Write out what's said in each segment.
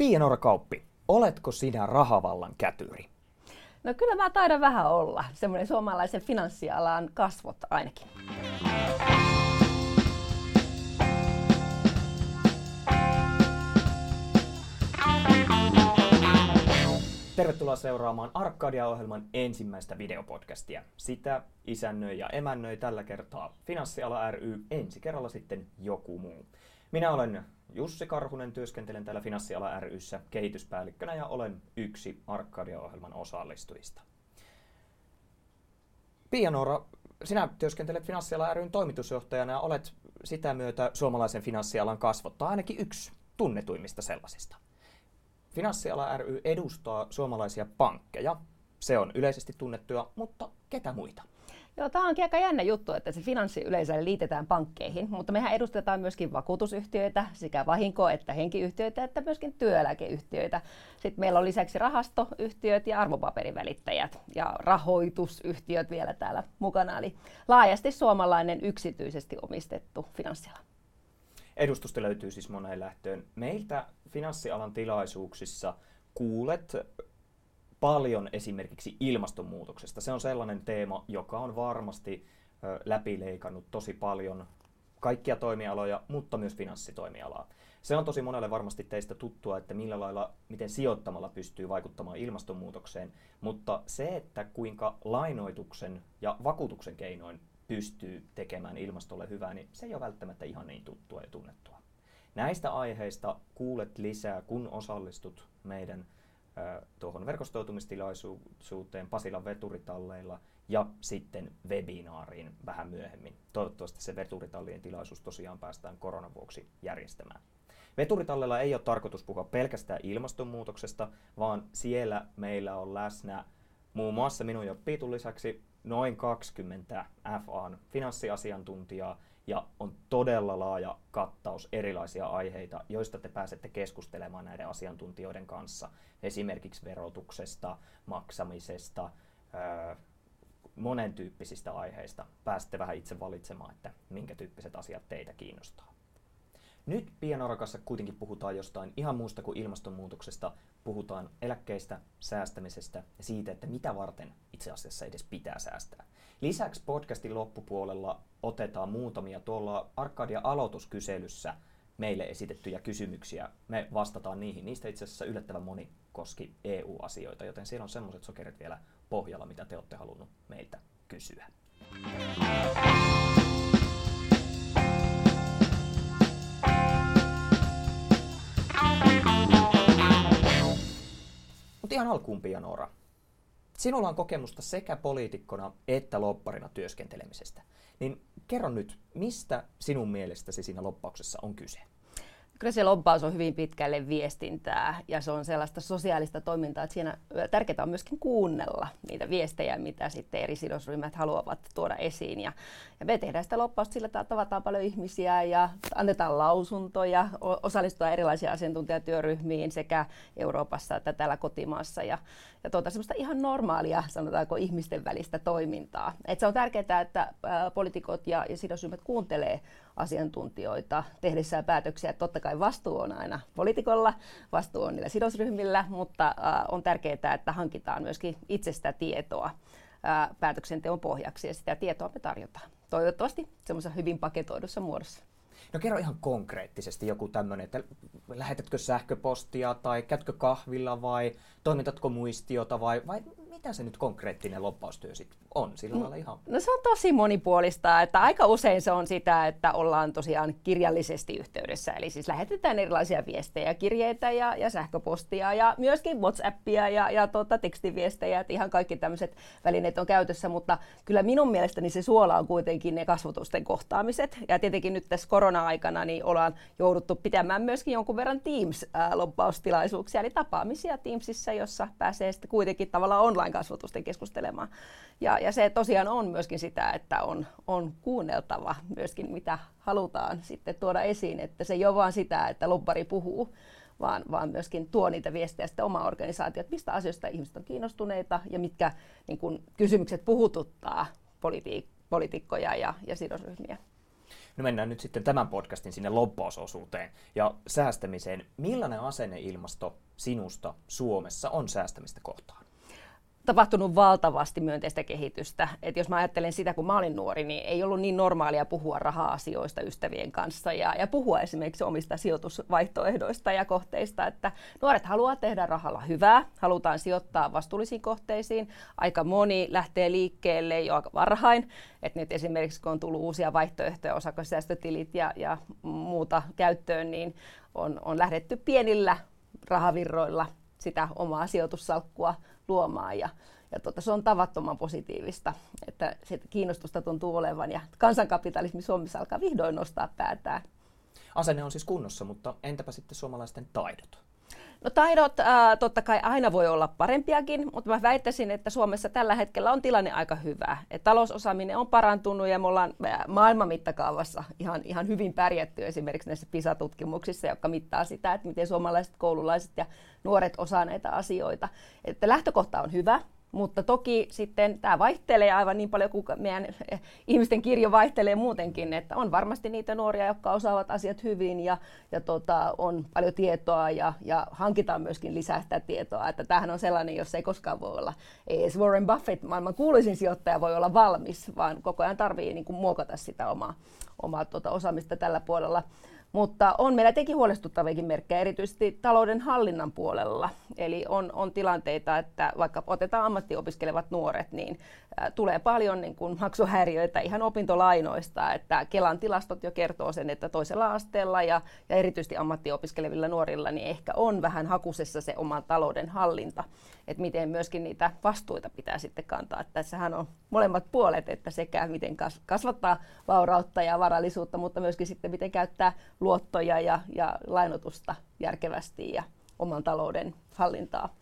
Pia-Noora Kauppi, oletko sinä rahavallan kätyri? No kyllä mä taidan vähän olla. Semmoinen suomalaisen finanssialan kasvot ainakin. Tervetuloa seuraamaan Arcadia-ohjelman ensimmäistä videopodcastia. Sitä isännöi ja emännöi tällä kertaa Finanssiala ry, ensi kerralla sitten joku muu. Minä olen Jussi Karhunen, työskentelen täällä Finanssiala ry:ssä kehityspäällikkönä ja olen yksi Arcadia-ohjelman osallistujista. Pia-Noora, sinä työskentelet Finanssiala ryn toimitusjohtajana ja olet sitä myötä suomalaisen finanssialan kasvot, tai ainakin yksi tunnetuimmista sellaisista. Finanssiala ry edustaa suomalaisia pankkeja. Se on yleisesti tunnettuja, mutta ketä muita? Joo, tämä onkin aika jännä juttu, että se finanssi yleensä liitetään pankkeihin, mutta mehän edustetaan myöskin vakuutusyhtiöitä, sekä vahinko- että henkiyhtiöitä, että myöskin työeläkeyhtiöitä. Sitten meillä on lisäksi rahastoyhtiöt ja arvopaperivälittäjät ja rahoitusyhtiöt vielä täällä mukana. Eli laajasti suomalainen yksityisesti omistettu finanssiala. Edustusta löytyy siis moneen lähtöön. Meiltä finanssialan tilaisuuksissa kuulet paljon esimerkiksi ilmastonmuutoksesta. Se on sellainen teema, joka on varmasti läpileikannut tosi paljon kaikkia toimialoja, mutta myös finanssitoimialaa. Se on tosi monelle varmasti teistä tuttua, että miten sijoittamalla pystyy vaikuttamaan ilmastonmuutokseen, mutta se, että kuinka lainoituksen ja vakuutuksen keinoin pystyy tekemään ilmastolle hyvää, niin se ei ole välttämättä ihan niin tuttua ja tunnettua. Näistä aiheista kuulet lisää, kun osallistut meidän tuohon verkostoitumistilaisuuteen Pasilan veturitalleilla ja sitten webinaariin vähän myöhemmin. Toivottavasti se veturitallien tilaisuus tosiaan päästään koronan vuoksi järjestämään. Veturitallella ei ole tarkoitus puhua pelkästään ilmastonmuutoksesta, vaan siellä meillä on läsnä muun muassa minun ja Piitun lisäksi noin 20 FA:n finanssiasiantuntijaa ja on todella laaja kattaus erilaisia aiheita, joista te pääsette keskustelemaan näiden asiantuntijoiden kanssa. Esimerkiksi verotuksesta, maksamisesta, monen tyyppisistä aiheista. Pääsette vähän itse valitsemaan, että minkä tyyppiset asiat teitä kiinnostaa. Nyt Pia-Nooran kanssa kuitenkin puhutaan jostain ihan muusta kuin ilmastonmuutoksesta. Puhutaan eläkkeistä, säästämisestä ja siitä, että mitä varten itse asiassa edes pitää säästää. Lisäksi podcastin loppupuolella otetaan muutamia tuolla Arcadia-aloituskyselyssä meille esitettyjä kysymyksiä. Me vastataan niihin. Niistä itse asiassa yllättävän moni koski EU-asioita, joten siellä on semmoiset sokerit vielä pohjalla, mitä te olette halunnut meiltä kysyä. Mutta ihan alkuun, Pia-Noora. Sinulla on kokemusta sekä poliitikkona että lobbarina työskentelemisestä. Niin kerro nyt, mistä sinun mielestäsi siinä lobbauksessa on kyse? Kyllä se lobbaus on hyvin pitkälle viestintää ja se on sellaista sosiaalista toimintaa, että siinä tärkeää on myöskin kuunnella niitä viestejä, mitä sitten eri sidosryhmät haluavat tuoda esiin. Ja me tehdään sitä lobbausta sillä, että tavataan paljon ihmisiä ja annetaan lausuntoja, osallistutaan erilaisiin asiantuntijatyöryhmiin sekä Euroopassa että täällä kotimaassa. Ja semmoista ihan normaalia, sanotaanko, ihmisten välistä toimintaa. Et se on tärkeää, että poliitikot ja sidosryhmät kuuntelee asiantuntijoita tehdessään päätöksiä. Totta kai vastuu on aina poliitikolla, vastuu on niillä sidosryhmillä, mutta on tärkeää, että hankitaan myöskin itsestä tietoa päätöksenteon pohjaksi ja sitä tietoa me tarjotaan. Toivottavasti semmoisessa hyvin paketoidussa muodossa. No kerro ihan konkreettisesti joku tämmöinen, että lähetätkö sähköpostia tai käytkö kahvilla vai toimitatko muistiota vai mitä se nyt konkreettinen lobbaustyö sitten on sillä lailla ihan? No se on tosi monipuolista, että aika usein se on sitä, että ollaan tosiaan kirjallisesti yhteydessä, eli siis lähetetään erilaisia viestejä, kirjeitä ja sähköpostia ja myöskin WhatsAppia ja tekstiviestejä, että ihan kaikki tämmöiset välineet on käytössä, mutta kyllä minun mielestäni se suola on kuitenkin ne kasvotusten kohtaamiset ja tietenkin nyt tässä korona-aikana niin ollaan jouduttu pitämään myöskin jonkun verran Teams-lobbaustilaisuuksia, eli tapaamisia Teamsissa, jossa pääsee sitten kuitenkin tavallaan online-kasvotusten keskustelemaan. Ja se tosiaan on myöskin sitä, että on kuunneltava myöskin, mitä halutaan sitten tuoda esiin, että se ei ole vaan sitä, että lobbari puhuu, vaan myöskin tuo niitä viestejä sitten omaan organisaatioon, että mistä asioista ihmiset on kiinnostuneita ja mitkä niin kun, kysymykset puhututtaa poliitikkoja ja sidosryhmiä. No mennään nyt sitten tämän podcastin sinne lobbausosuuteen ja säästämiseen. Millainen asenneilmasto sinusta Suomessa on säästämistä kohtaan? Tapahtunut valtavasti myönteistä kehitystä. Et jos mä ajattelen sitä, kun mä olin nuori, niin ei ollut niin normaalia puhua raha-asioista ystävien kanssa ja puhua esimerkiksi omista sijoitusvaihtoehdoista ja kohteista, että nuoret haluaa tehdä rahalla hyvää, halutaan sijoittaa vastuullisiin kohteisiin. Aika moni lähtee liikkeelle jo aika varhain, että nyt esimerkiksi kun on tullut uusia vaihtoehtoja, osakesäästötilit ja muuta käyttöön, niin on lähdetty pienillä rahavirroilla sitä omaa sijoitussalkkua luomaan ja se on tavattoman positiivista, että kiinnostusta tuntuu olevan ja kansankapitalismi Suomessa alkaa vihdoin nostaa päätään. Asenne on siis kunnossa, mutta entäpä sitten suomalaisten taidot? No taidot totta kai aina voi olla parempiakin, mutta mä väittäisin, että Suomessa tällä hetkellä on tilanne aika hyvä. Et talousosaaminen on parantunut ja me ollaan maailman mittakaavassa ihan hyvin pärjätty esimerkiksi näissä PISA-tutkimuksissa, jotka mittaa sitä, että miten suomalaiset koululaiset ja nuoret osaa näitä asioita. Että lähtökohta on hyvä. Mutta toki sitten tämä vaihtelee aivan niin paljon kuin meidän ihmisten kirjo vaihtelee muutenkin, että on varmasti niitä nuoria, jotka osaavat asiat hyvin ja on paljon tietoa ja hankitaan myöskin lisää sitä tietoa. Että tämähän on sellainen, jossa ei koskaan voi olla, ei edes Warren Buffett, maailman kuuluisin sijoittaja, voi olla valmis, vaan koko ajan tarvitsee niin kuin muokata sitä omaa osaamista tällä puolella. Mutta on meillä teki huolestuttaviakin merkkejä, erityisesti talouden hallinnan puolella. Eli on tilanteita, että vaikka otetaan ammattiopiskelevat nuoret, niin tulee paljon niin kuin maksuhäiriöitä ihan opintolainoista. Että Kelan tilastot jo kertoo sen, että toisella asteella ja erityisesti ammattiopiskelevilla nuorilla niin ehkä on vähän hakusessa se oman talouden hallinta. Että miten myöskin niitä vastuita pitää sitten kantaa. Että tässähän on molemmat puolet, että sekä miten kasvattaa vaurautta ja varallisuutta, mutta myöskin sitten miten käyttää luottoja ja lainotusta järkevästi ja oman talouden hallintaa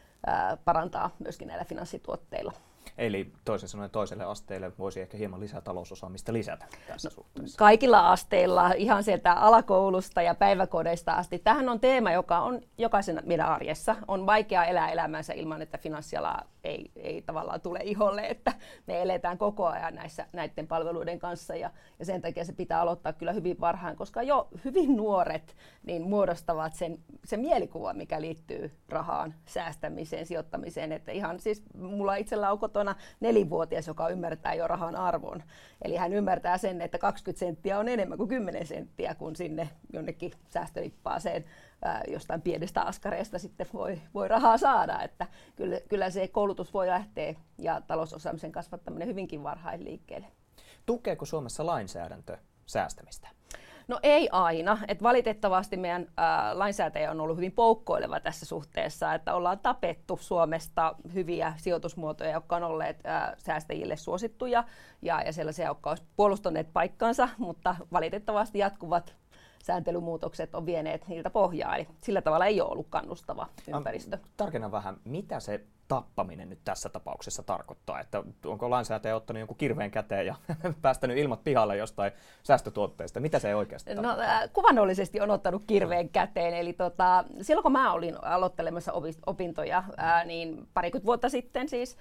parantaa myöskin näillä finanssituotteilla. Eli toisin sanoen toiselle asteelle voisi ehkä hieman lisää talousosaamista lisätä tässä suhteessa. Kaikilla asteilla, ihan sieltä alakoulusta ja päiväkodeista asti. Tämähän on teema, joka on jokaisen meidän arjessa. On vaikea elää elämänsä ilman, että finanssiala ei tavallaan tule iholle, että me eletään koko ajan näiden palveluiden kanssa ja sen takia se pitää aloittaa kyllä hyvin varhain, koska jo hyvin nuoret niin muodostavat sen mielikuvan, mikä liittyy rahaan, säästämiseen, sijoittamiseen. Että ihan siis mulla itsellä on kotona 4-vuotias, joka ymmärtää jo rahan arvon. Eli hän ymmärtää sen, että 20 senttiä on enemmän kuin 10 senttiä, kun sinne jonnekin säästölippaaseen jostain pienestä askareesta sitten voi rahaa saada. Että kyllä se koulutus voi lähteä ja talousosaamisen kasvattaminen hyvinkin varhain liikkeelle. Tukeeko Suomessa lainsäädäntö säästämistä? No ei aina. Et valitettavasti meidän lainsäätäjä on ollut hyvin poukkoileva tässä suhteessa, että ollaan tapettu Suomesta hyviä sijoitusmuotoja, jotka on olleet säästäjille suosittuja ja sellaisia, jotka ovat puolustaneet paikkansa, mutta valitettavasti jatkuvat sääntelymuutokset on vieneet niiltä pohjaa, eli sillä tavalla ei ole ollut kannustava ympäristö. Tarkenna vähän, mitä se tappaminen nyt tässä tapauksessa tarkoittaa? Että onko lainsäätäjä ottanut jonkun kirveen käteen ja päästänyt ilmat pihalle jostain säästötuotteista? Mitä se oikeasti tarkoittaa? Kuvannollisesti on ottanut kirveen käteen. Eli silloin kun mä olin aloittelemassa opintoja, niin parikymmentä vuotta sitten siis,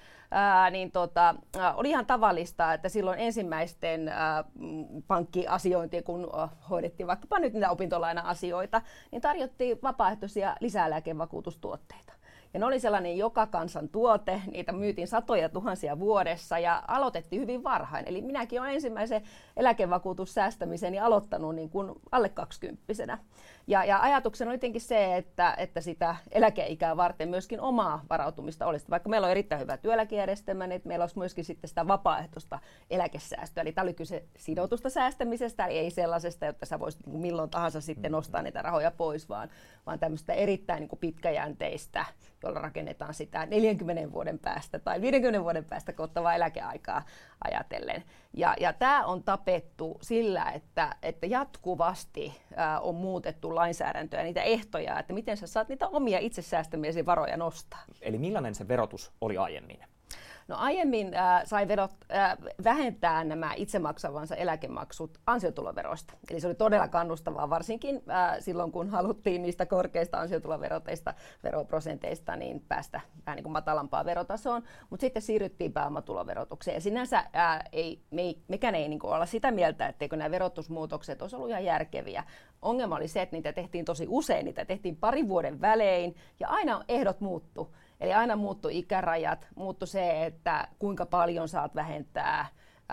oli ihan tavallista, että silloin ensimmäisten pankkiasiointien, kun hoidettiin vaikkapa nyt niitä opintolaina-asioita, niin tarjottiin vapaaehtoisia lisäeläkevakuutustuotteita. Ja ne oli sellainen joka kansan tuote, niitä myytiin satoja tuhansia vuodessa ja aloitettiin hyvin varhain. Eli minäkin olen ensimmäisen eläkevakuutussäästämiseni aloittanut niin kuin alle 20-vuotiaana. Ja ajatuksena oli jotenkin se, että sitä eläkeikää varten myöskin omaa varautumista olisi. Vaikka meillä on erittäin hyvä työeläkejärjestelmä, niin meillä olisi myöskin sitten sitä vapaaehtoista eläkesäästöä. Eli tämä oli kyse sidotusta säästämisestä, eli ei sellaisesta, jotta sä voisit niin kuin milloin tahansa sitten nostaa niitä rahoja pois, vaan tämmöistä erittäin niin kuin pitkäjänteistä, jolla rakennetaan sitä 40 vuoden päästä tai 50 vuoden päästä koottavaa eläkeaikaa ajatellen. Ja tämä on tapettu sillä, että jatkuvasti on muutettu lainsäädäntöä ja niitä ehtoja, että miten sä saat niitä omia itse säästämiesi varoja nostaa. Eli millainen se verotus oli aiemmin? No aiemmin sai vähentää nämä itse maksavansa eläkemaksut ansiotuloveroista. Eli se oli todella kannustavaa, varsinkin silloin, kun haluttiin niistä korkeista ansiotuloveroteista, veroprosenteista, niin päästä vähän niin kuin matalampaan verotasoon. Mutta sitten siirryttiin pääomatuloverotukseen. Ja sinänsä mekään ei niin kuin olla sitä mieltä, etteikö nämä verotusmuutokset olisi ollut ihan järkeviä. Ongelma oli se, että niitä tehtiin tosi usein, niitä tehtiin parin vuoden välein ja aina ehdot muuttu. Eli aina muuttui ikärajat, muuttui se, että kuinka paljon saat vähentää,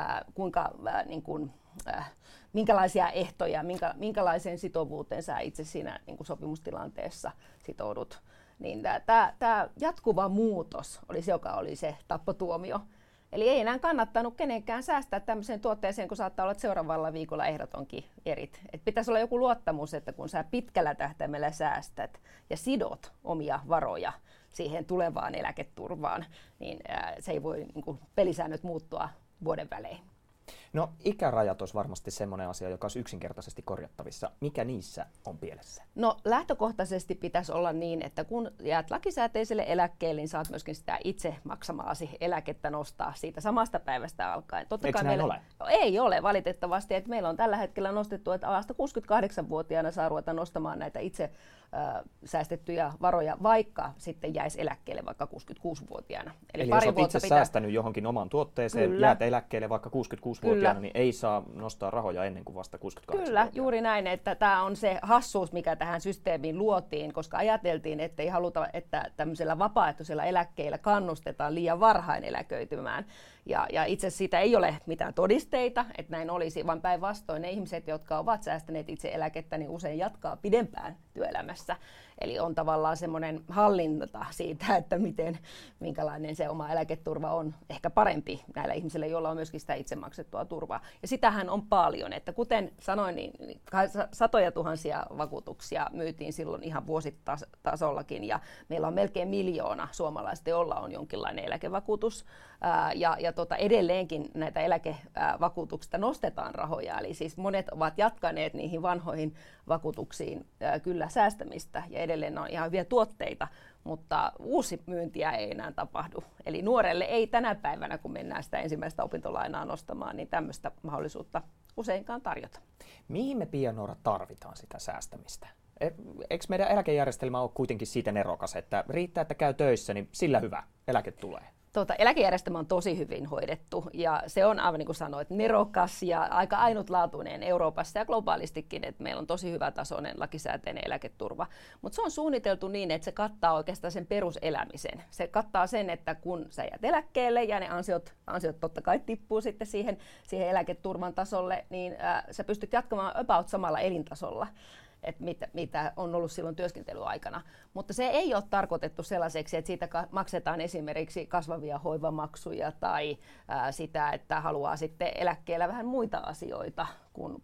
minkälaisia ehtoja, minkälaiseen sitovuuteen sä itse siinä niin kuin sopimustilanteessa sitoudut. Niin tämä jatkuva muutos oli se, joka oli se tappotuomio. Eli ei enää kannattanut kenenkään säästää tämmöiseen tuotteeseen, kun saattaa olla, että seuraavalla viikolla ehdot onkin erit. Et pitäisi olla joku luottamus, että kun sä pitkällä tähtäimellä säästät ja sidot omia varoja siihen tulevaan eläketurvaan, niin se ei voi niin kuin pelisäännöt muuttua vuoden välein. No ikärajat olisi varmasti semmoinen asia, joka olisi yksinkertaisesti korjattavissa. Mikä niissä on pielessä? No lähtökohtaisesti pitäisi olla niin, että kun jäät lakisääteiselle eläkkeelle, niin saat myöskin sitä itse maksamaasi eläkettä nostaa siitä samasta päivästä alkaen. Eikö näin ole? No, ei ole valitettavasti. Että meillä on tällä hetkellä nostettu, että vasta 68-vuotiaana saa ruveta nostamaan näitä itse säästettyjä varoja, vaikka sitten jäisi eläkkeelle vaikka 66-vuotiaana. Eli jos olet itse säästänyt johonkin omaan tuotteeseen, kyllä, jäät eläkkeelle vaikka 66-vuotiaana, niin ei saa nostaa rahoja ennen kuin vasta 68-vuotiaana. Kyllä, juuri näin, että tämä on se hassuus, mikä tähän systeemiin luotiin, koska ajateltiin, että ei haluta, että tämmöisellä vapaaehtoisella eläkkeellä kannustetaan liian varhain eläköitymään. Ja itse asiassa siitä ei ole mitään todisteita, että näin olisi, vaan päinvastoin ne ihmiset, jotka ovat säästäneet itse eläkettä, niin usein jatkaa pidempään työelämässä. Eli on tavallaan semmoinen hallinta siitä, että minkälainen se oma eläketurva on ehkä parempi näillä ihmisillä, joilla on myöskin sitä itse maksettua turvaa. Ja sitähän on paljon, että kuten sanoin, niin satoja tuhansia vakuutuksia myytiin silloin ihan vuositasollakin, ja meillä on melkein 1 miljoona suomalaista, joilla on jonkinlainen eläkevakuutus, ja edelleenkin näitä eläkevakuutuksista nostetaan rahoja, eli siis monet ovat jatkaneet niihin vanhoihin vakuutuksiin kyllä säästämistä, ja edelleen on ihan hyviä tuotteita, mutta uusi myyntiä ei enää tapahdu. Eli nuorelle ei tänä päivänä, kun mennään sitä ensimmäistä opintolainaa nostamaan, niin tämmöistä mahdollisuutta useinkaan tarjota. Mihin me, Pia-Noora, tarvitaan sitä säästämistä? Eikö meidän eläkejärjestelmä ole kuitenkin siitä nerokas, että riittää, että käy töissä, niin sillä hyvä, eläke tulee? Eläkejärjestelmä on tosi hyvin hoidettu ja se on aivan niin kuin sanoit, nerokas ja aika ainutlaatuinen Euroopassa ja globaalistikin, että meillä on tosi hyvä tasoinen lakisääteinen eläketurva. Mutta se on suunniteltu niin, että se kattaa oikeastaan sen peruselämisen. Se kattaa sen, että kun sä jäät eläkkeelle ja ne ansiot totta kai tippuu sitten siihen eläketurvan tasolle, niin sä pystyt jatkamaan about samalla elintasolla, että mitä on ollut silloin työskentelyaikana. Mutta se ei ole tarkoitettu sellaiseksi, että siitä maksetaan esimerkiksi kasvavia hoivamaksuja tai sitä, että haluaa sitten eläkkeellä vähän muita asioita kuin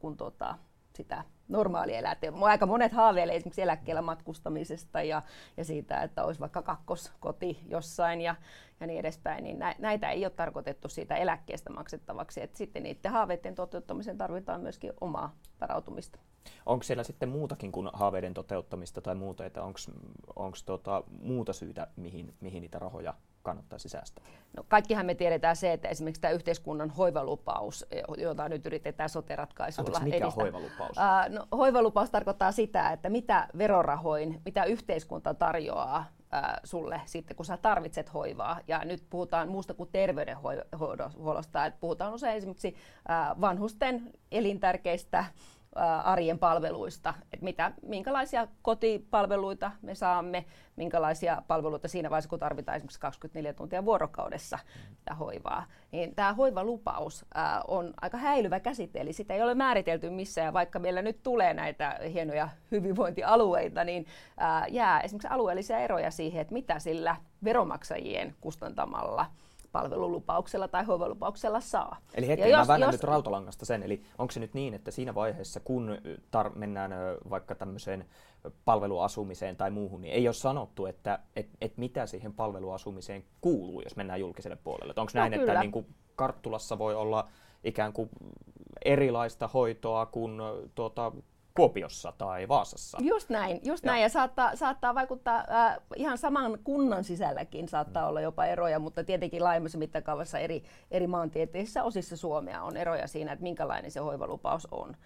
sitä normaalia eläkettä. Aika monet haaveilee esimerkiksi eläkkeellä matkustamisesta ja siitä, että olisi vaikka kakkoskoti jossain ja niin edespäin. Niin näitä ei ole tarkoitettu siitä eläkkeestä maksettavaksi. Et sitten niiden haaveiden toteuttamiseen tarvitaan myöskin omaa varautumista. Onko siellä sitten muutakin kuin haaveiden toteuttamista tai muuta, että onko muuta syytä, mihin niitä rahoja kannattaisi säästää? No, kaikkihan me tiedetään se, että esimerkiksi tämä yhteiskunnan hoivalupaus, jota nyt yritetään sote-ratkaisulla edistää. Mikä hoivalupaus? Hoivalupaus tarkoittaa sitä, että mitä verorahoin, mitä yhteiskunta tarjoaa sulle sitten, kun sä tarvitset hoivaa. Ja nyt puhutaan muusta kuin terveydenhuollosta, että puhutaan usein esimerkiksi vanhusten elintärkeistä arjen palveluista, että minkälaisia kotipalveluita me saamme, minkälaisia palveluita siinä vaiheessa, kun tarvitaan esimerkiksi 24 tuntia vuorokaudessa sitä hoivaa. Niin tämä hoivalupaus on aika häilyvä käsite, eli sitä ei ole määritelty missään, vaikka meillä nyt tulee näitä hienoja hyvinvointialueita, niin jää esimerkiksi alueellisia eroja siihen, että mitä sillä veronmaksajien kustantamalla palvelulupauksella tai hoivalupauksella saa. Eli hetken, mä väännän nyt rautalangasta sen, eli onko se nyt niin, että siinä vaiheessa, kun mennään vaikka tämmöiseen palveluasumiseen tai muuhun, niin ei ole sanottu, että mitä siihen palveluasumiseen kuuluu, jos mennään julkiselle puolelle? Onko näin, kyllä, että niin kuin Karttulassa voi olla ikään kuin erilaista hoitoa kuin Kuopiossa tai Vaasassa. Just näin. Ja saattaa vaikuttaa ihan saman kunnan sisälläkin saattaa olla jopa eroja, mutta tietenkin laajemmassa mittakaavassa eri maantieteisissä osissa Suomea on eroja siinä, että minkälainen se hoivalupaus on.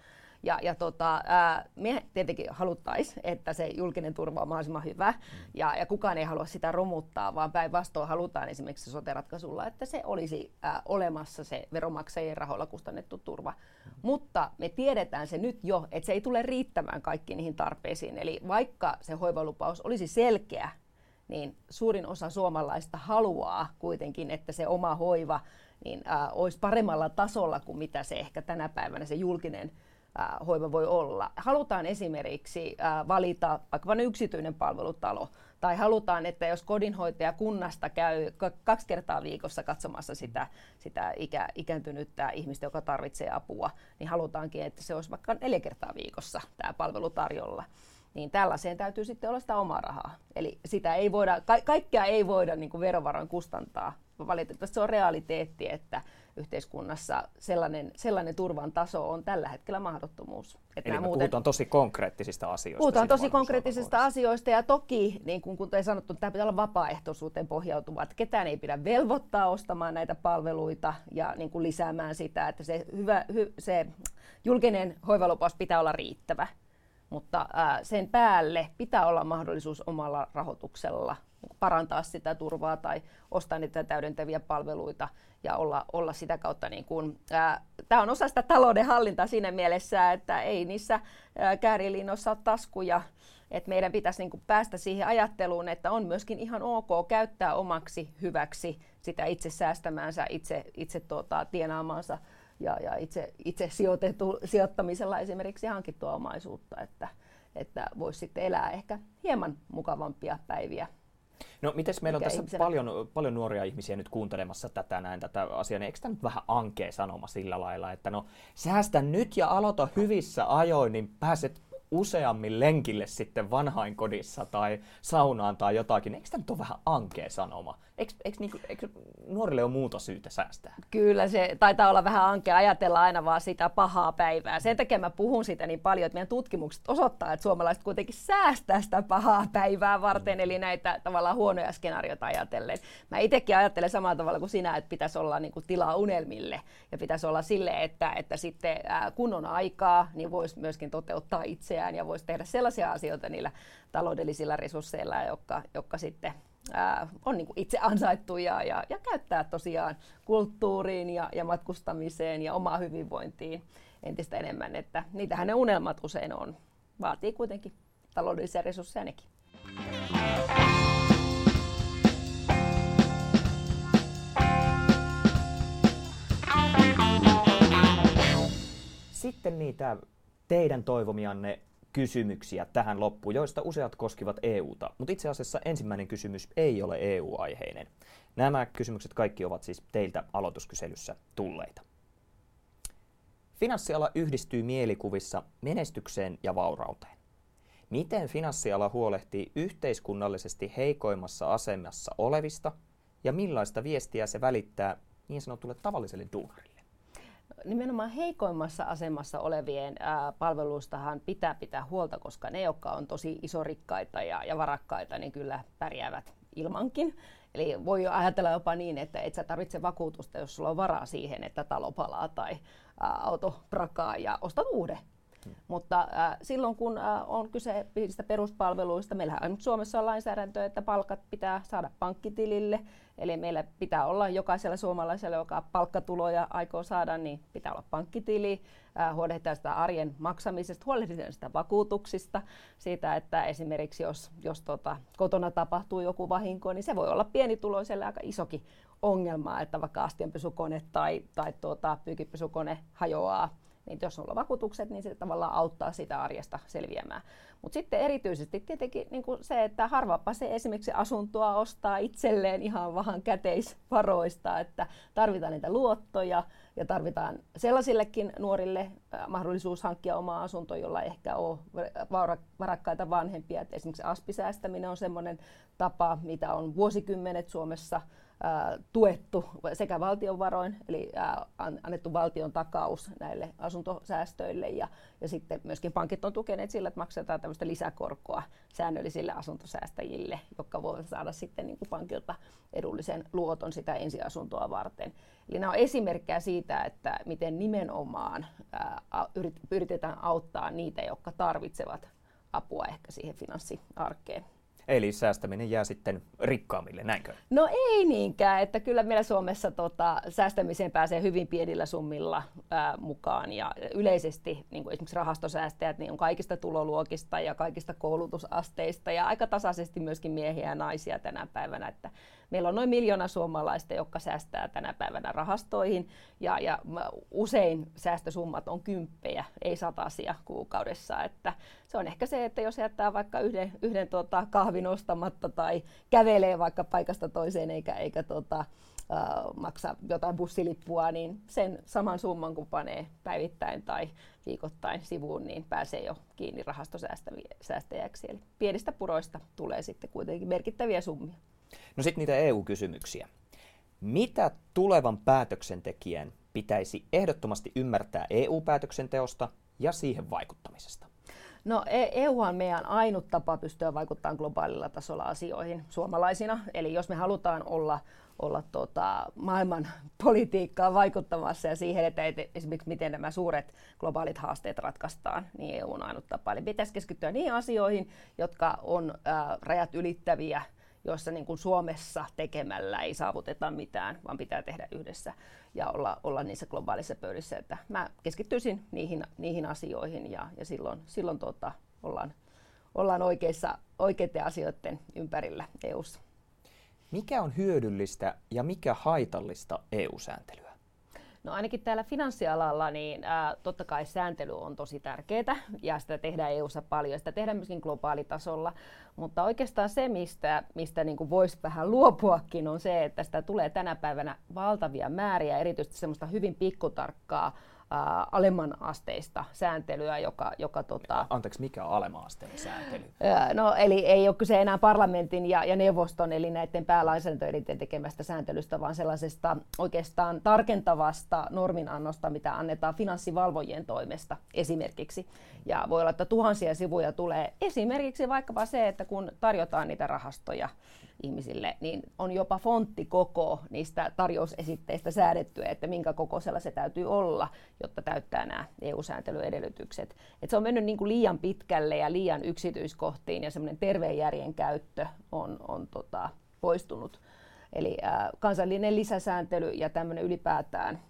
Me tietenkin haluttaisiin, että se julkinen turva on mahdollisimman hyvä ja kukaan ei halua sitä romuttaa, vaan päinvastoin halutaan esimerkiksi sote-ratkaisulla, että se olisi olemassa se veronmaksajien rahoilla kustannettu turva. Mutta me tiedetään se nyt jo, että se ei tule riittämään kaikkiin niihin tarpeisiin. Eli vaikka se hoivalupaus olisi selkeä, niin suurin osa suomalaista haluaa kuitenkin, että se oma hoiva olisi paremmalla tasolla kuin mitä se ehkä tänä päivänä se julkinen hoiva voi olla. Halutaan esimerkiksi valita vaikka yksityinen palvelutalo, tai halutaan, että jos kodinhoitaja kunnasta käy 2 kertaa viikossa katsomassa sitä ikääntynyttä ihmistä, joka tarvitsee apua, niin halutaankin, että se olisi vaikka 4 kertaa viikossa tämä palvelu tarjolla. Niin tällaiseen täytyy sitten olla sitä omaa rahaa. Eli sitä ei voida, kaikkea ei voida niin kuin verovaroin kustantaa. Valitettavasti se on realiteetti, että yhteiskunnassa sellainen turvan taso on tällä hetkellä mahdottomuus. Eli puhutaan tosi konkreettisista asioista. Puhutaan tosi konkreettisista asioista ja toki, niin kun ei sanottu, tämä pitää olla vapaaehtoisuuteen pohjautuva, että ketään ei pidä velvoittaa ostamaan näitä palveluita ja niin kuin lisäämään sitä, että se julkinen hoivalupaus pitää olla riittävä. Mutta sen päälle pitää olla mahdollisuus omalla rahoituksella parantaa sitä turvaa tai ostaa niitä täydentäviä palveluita ja olla sitä kautta niin kuin, tämä on osa sitä talouden hallintaa siinä mielessä, että ei niissä käärilinnoissa ole taskuja, että meidän pitäisi niin kuin päästä siihen ajatteluun, että on myöskin ihan ok käyttää omaksi hyväksi sitä itse säästämäänsä, itse tienaamaansa ja itse sijoittamisella esimerkiksi hankittua omaisuutta, että voisi sitten elää ehkä hieman mukavampia päiviä. No mites meillä on tässä paljon nuoria ihmisiä nyt kuuntelemassa tätä asiaa, niin eikö tämä nyt vähän ankea sanoma sillä lailla, että no säästä nyt ja aloita hyvissä ajoin, niin pääset useammin lenkille sitten vanhainkodissa tai saunaan tai jotakin. Eikö tämä nyt ole vähän ankea sanoma? Eikö nuorille ole muuta syytä säästää? Kyllä se taitaa olla vähän ankea ajatella aina vaan sitä pahaa päivää. Sen takia mä puhun siitä niin paljon, että meidän tutkimukset osoittaa, että suomalaiset kuitenkin säästää sitä pahaa päivää varten, eli näitä tavallaan huonoja skenaarioita ajatellen. Mä itsekin ajattelen samalla tavalla kuin sinä, että pitäisi olla niin kuin tilaa unelmille ja pitäisi olla sille, että sitten kun on aikaa, niin voisi myöskin toteuttaa itseään ja voisi tehdä sellaisia asioita niillä taloudellisilla resursseilla, jotka sitten on niin kuin itse ansaittu ja käyttää tosiaan kulttuuriin ja matkustamiseen ja omaan hyvinvointiin entistä enemmän, että niitähän ne unelmat usein on. Vaatii kuitenkin taloudellisia resursseja nekin. Sitten niitä teidän toivomianne kysymyksiä tähän loppuun, joista useat koskivat EUta, mutta itse asiassa ensimmäinen kysymys ei ole EU-aiheinen. Nämä kysymykset kaikki ovat siis teiltä aloituskyselyssä tulleita. Finanssiala yhdistyy mielikuvissa menestykseen ja vaurauteen. Miten finanssiala huolehtii yhteiskunnallisesti heikoimmassa asemassa olevista ja millaista viestiä se välittää niin sanotulle tavalliselle duunarille? Nimenomaan heikoimmassa asemassa olevien palveluistahan pitää huolta, koska ne, jotka on tosi isorikkaita ja varakkaita, niin kyllä pärjäävät ilmankin. Eli voi ajatella jopa niin, että et sä tarvitse vakuutusta, jos sulla on varaa siihen, että talo palaa tai auto prakaa ja ostat uuden. Mutta silloin kun on kyse niistä peruspalveluista, meillähän Suomessa on lainsäädäntö, että palkat pitää saada pankkitilille. Eli meillä pitää olla jokaisella suomalaisella, joka palkkatuloja aikoo saada, niin pitää olla pankkitili, huolehditaan sitä arjen maksamisesta, huolehditaan sitä vakuutuksista, siitä, että esimerkiksi jos kotona tapahtuu joku vahinko, niin se voi olla pienituloiselle aika isokin ongelma, että vaikka astianpesukone tai pyykinpesukone hajoaa. Niin jos on vakuutukset, niin se tavallaan auttaa sitä arjesta selviämään. Mutta sitten erityisesti tietenkin niin kuin se, että harvapa se esimerkiksi asuntoa ostaa itselleen ihan vaan käteisvaroista, että tarvitaan niitä luottoja ja tarvitaan sellaisillekin nuorille mahdollisuus hankkia oma asunto, jolla ei ehkä ole varakkaita vanhempia. Et esimerkiksi aspisäästäminen on semmoinen tapa, mitä on vuosikymmenet Suomessa tuettu sekä valtion varoin, eli annettu valtion takaus näille asuntosäästöille ja sitten myöskin pankit on tukeneet sillä, että maksetaan tämmöistä lisäkorkoa säännöllisille asuntosäästäjille, jotka voivat saada sitten niin kuin pankilta edullisen luoton sitä ensiasuntoa varten. Eli nämä on esimerkkejä siitä, että miten nimenomaan yritetään auttaa niitä, jotka tarvitsevat apua ehkä siihen finanssiarkeen. Eli säästäminen jää sitten rikkaammille, näinkö? No ei niinkään, että kyllä meillä Suomessa säästämiseen pääsee hyvin pienillä summilla mukaan ja yleisesti niin kuin esimerkiksi rahastosäästäjät niin on kaikista tuloluokista ja kaikista koulutusasteista ja aika tasaisesti myöskin miehiä ja naisia tänä päivänä, että meillä on noin 1 miljoona suomalaista, jotka säästää tänä päivänä rahastoihin ja usein säästösummat on 10, ei 100 kuukaudessa. Että se on ehkä se, että jos jättää vaikka yhden kahvin ostamatta tai kävelee vaikka paikasta toiseen eikä maksa jotain bussilippua, niin sen saman summan kun panee päivittäin tai viikoittain sivuun, niin pääsee jo kiinni rahastosäästäjäksi. Eli pienistä puroista tulee sitten kuitenkin merkittäviä summia. No sitten niitä EU-kysymyksiä. Mitä tulevan päätöksentekijän pitäisi ehdottomasti ymmärtää EU-päätöksenteosta ja siihen vaikuttamisesta? No EU on meidän ainut tapa pystyä vaikuttamaan globaalilla tasolla asioihin suomalaisina. Eli jos me halutaan olla maailman politiikkaa vaikuttamassa ja siihen, että esimerkiksi miten nämä suuret globaalit haasteet ratkaistaan, niin EU on ainut tapa. Eli pitäisi keskittyä niihin asioihin, jotka on rajat ylittäviä, joissa niin kuin Suomessa tekemällä ei saavuteta mitään, vaan pitää tehdä yhdessä ja olla niissä globaalissa pöydissä. Että mä keskittyisin niihin asioihin ja silloin ollaan oikeiden asioiden ympärillä EU:ssa. Mikä on hyödyllistä ja mikä haitallista EU-sääntelyä? No ainakin täällä finanssialalla niin totta kai sääntely on tosi tärkeää ja sitä tehdään EU:ssa paljon ja sitä tehdään myöskin globaalitasolla, mutta oikeastaan se, mistä niin kuin voisi vähän luopuakin, on se, että sitä tulee tänä päivänä valtavia määriä, erityisesti semmoista hyvin pikkutarkkaa alemman asteista sääntelyä, joka Anteeksi, mikä on alemman asteen sääntely? No eli ei ole kyse enää parlamentin ja neuvoston, eli näiden päälainsäädäntöelinten tekemästä sääntelystä, vaan sellaisesta oikeastaan tarkentavasta norminannosta, mitä annetaan finanssivalvojien toimesta esimerkiksi. Ja voi olla, että tuhansia sivuja tulee esimerkiksi vaikkapa se, että kun tarjotaan niitä rahastoja ihmisille, niin on jopa fonttikoko niistä tarjousesitteistä säädetty, että minkä kokoisella se täytyy olla, jotta täyttää nämä EU-sääntelyedellytykset. Et se on mennyt niin kuin liian pitkälle ja liian yksityiskohtiin ja semmoinen terveen järjen käyttö on poistunut. Eli kansallinen lisäsääntely ja tämmöinen ylipäätään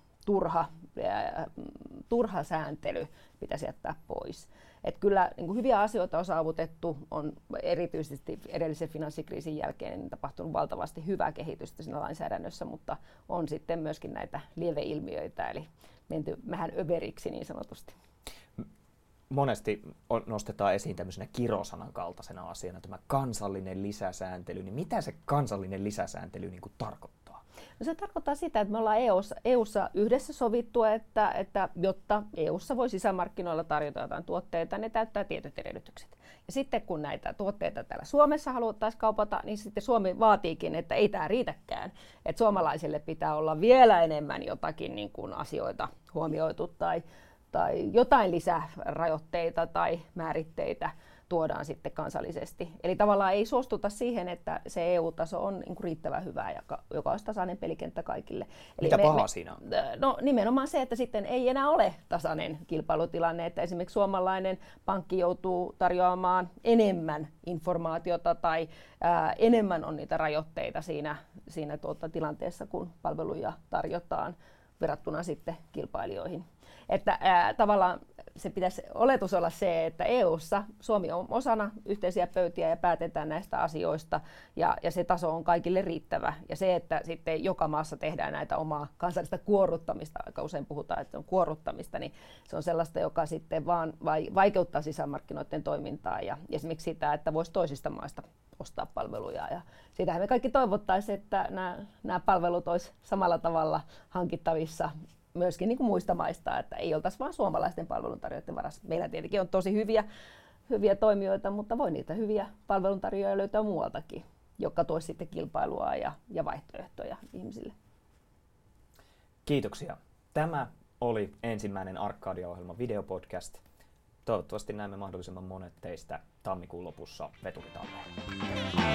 turha sääntely pitäisi jättää pois. Et kyllä niin kuin hyviä asioita on saavutettu, on erityisesti edellisen finanssikriisin jälkeen niin tapahtunut valtavasti hyvää kehitystä siinä lainsäädännössä, mutta on sitten myöskin näitä lieveilmiöitä, eli menty vähän överiksi niin sanotusti. Monesti nostetaan esiin tämmöisenä kirosanan kaltaisena asiana tämä kansallinen lisäsääntely. Niin mitä se kansallinen lisäsääntely niin kuin tarkoittaa? No se tarkoittaa sitä, että me ollaan EU:ssa yhdessä sovittu, että jotta EU:ssa voi sisämarkkinoilla tarjota jotain tuotteita, ne täyttää tietyt edellytykset. Ja sitten kun näitä tuotteita täällä Suomessa haluttaisiin kaupata, niin sitten Suomi vaatiikin, että ei tämä riitäkään. Että suomalaisille pitää olla vielä enemmän jotakin niin kuin asioita huomioitu tai jotain lisärajoitteita tai määritteitä tuodaan sitten kansallisesti. Eli tavallaan ei suostuta siihen, että se EU-taso on niin kuin riittävän hyvä, joka olisi tasainen pelikenttä kaikille. Eli mitä pahaa siinä on? No nimenomaan se, että sitten ei enää ole tasainen kilpailutilanne, että esimerkiksi suomalainen pankki joutuu tarjoamaan enemmän informaatiota tai enemmän on niitä rajoitteita siinä tilanteessa, kun palveluja tarjotaan verrattuna sitten kilpailijoihin. että tavallaan se pitäisi oletus olla se, että EU:ssa Suomi on osana yhteisiä pöytiä ja päätetään näistä asioista ja se taso on kaikille riittävä. Ja se, että sitten joka maassa tehdään näitä omaa kansallista kuorruttamista, aika usein puhutaan, että on kuorruttamista, niin se on sellaista, joka sitten vaan vaikeuttaa sisämarkkinoiden toimintaa ja esimerkiksi sitä, että voisi toisista maista ostaa palveluja. Ja siitähän me kaikki toivottaisiin, että nämä palvelut olisi samalla tavalla hankittavissa myöskin niin kuin muista maista, että ei oltaisi vain suomalaisten palveluntarjoajien varassa. Meillä tietenkin on tosi hyviä toimijoita, mutta voi niitä hyviä palveluntarjoajia löytää muualtakin, jotka toisi sitten kilpailua ja vaihtoehtoja ihmisille. Kiitoksia. Tämä oli ensimmäinen Arcadia-ohjelman videopodcast. Toivottavasti näemme mahdollisimman monet teistä tammikuun lopussa Veturitalleen.